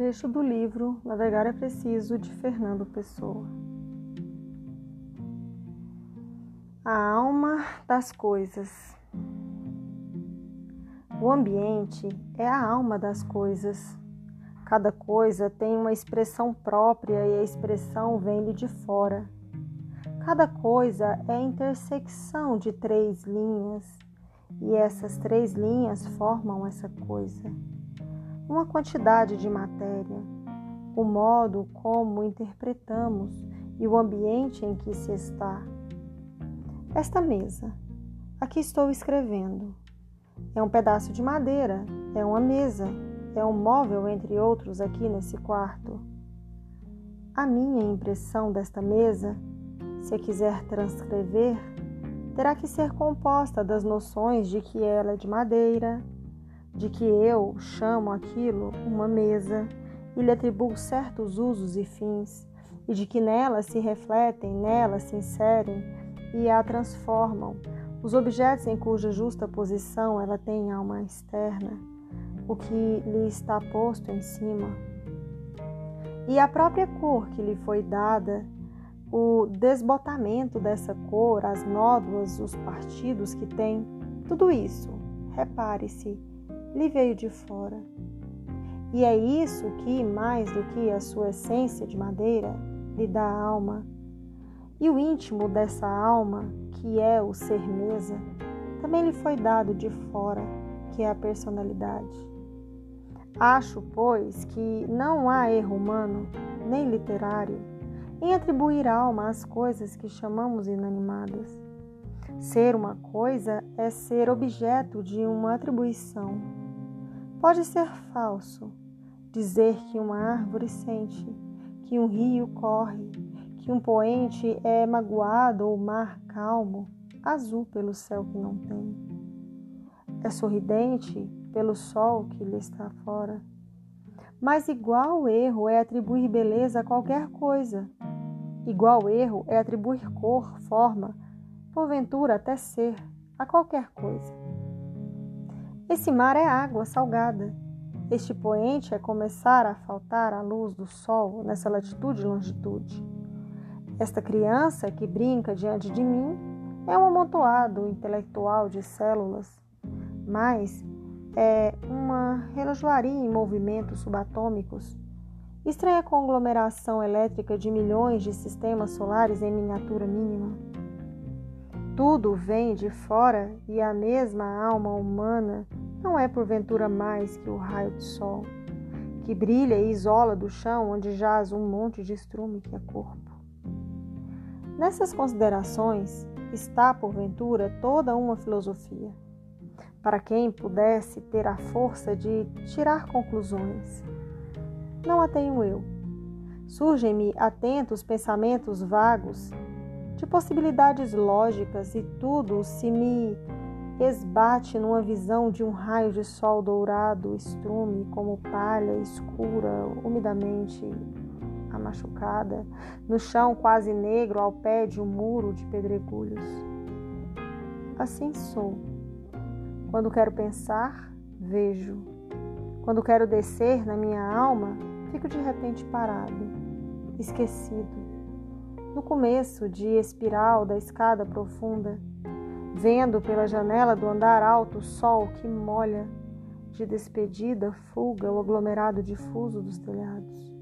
trecho do livro Navegar é Preciso, de Fernando Pessoa. A alma das coisas. O ambiente é a alma das coisas. Cada coisa tem uma expressão própria e a expressão vem-lhe de fora. Cada coisa é a intersecção de 3 linhas e essas 3 linhas formam essa coisa. Uma quantidade de matéria, o modo como interpretamos e o ambiente em que se está. Esta mesa, aqui estou escrevendo, é um pedaço de madeira, é uma mesa, é um móvel entre outros aqui nesse quarto. A minha impressão desta mesa, se a quiser transcrever, terá que ser composta das noções de que ela é de madeira, de que eu chamo aquilo uma mesa e lhe atribuo certos usos e fins, e de que nela se refletem, nela se inserem e a transformam os objetos em cuja justa posição ela tem alma externa, o que lhe está posto em cima. E a própria cor que lhe foi dada, o desbotamento dessa cor, as nódoas, os partidos que tem, tudo isso, repare-se, lhe veio de fora. E é isso que, mais do que a sua essência de madeira, lhe dá a alma. E o íntimo dessa alma, que é o ser mesa, também lhe foi dado de fora, que é a personalidade. Acho, pois, que não há erro humano, nem literário, em atribuir alma às coisas que chamamos inanimadas. Ser uma coisa é ser objeto de uma atribuição. Pode ser falso dizer que uma árvore sente, que um rio corre, que um poente é magoado ou o mar calmo, azul pelo céu que não tem. É sorridente pelo sol que lhe está fora. Mas igual erro é atribuir beleza a qualquer coisa. Igual erro é atribuir cor, forma, porventura até ser, a qualquer coisa. Esse mar é água salgada. Este poente é começar a faltar a luz do sol nessa latitude e longitude. Esta criança que brinca diante de mim é um amontoado intelectual de células, mas é uma relojoaria em movimentos subatômicos, estranha conglomeração elétrica de milhões de sistemas solares em miniatura mínima. Tudo vem de fora e a mesma alma humana não é porventura mais que o raio de sol, que brilha e isola do chão onde jaz um monte de estrume que é corpo. Nessas considerações está, porventura, toda uma filosofia, para quem pudesse ter a força de tirar conclusões. Não a tenho eu. Surgem-me atentos pensamentos vagos de possibilidades lógicas e tudo se me esbate numa visão de um raio de sol dourado, estrume como palha escura, umidamente machucada, no chão quase negro ao pé de um muro de pedregulhos. Assim sou. Quando quero pensar, vejo. Quando quero descer na minha alma, fico de repente parado, esquecido. No começo de espiral da escada profunda, vendo pela janela do andar alto o sol que molha, de despedida, fuga o aglomerado difuso dos telhados.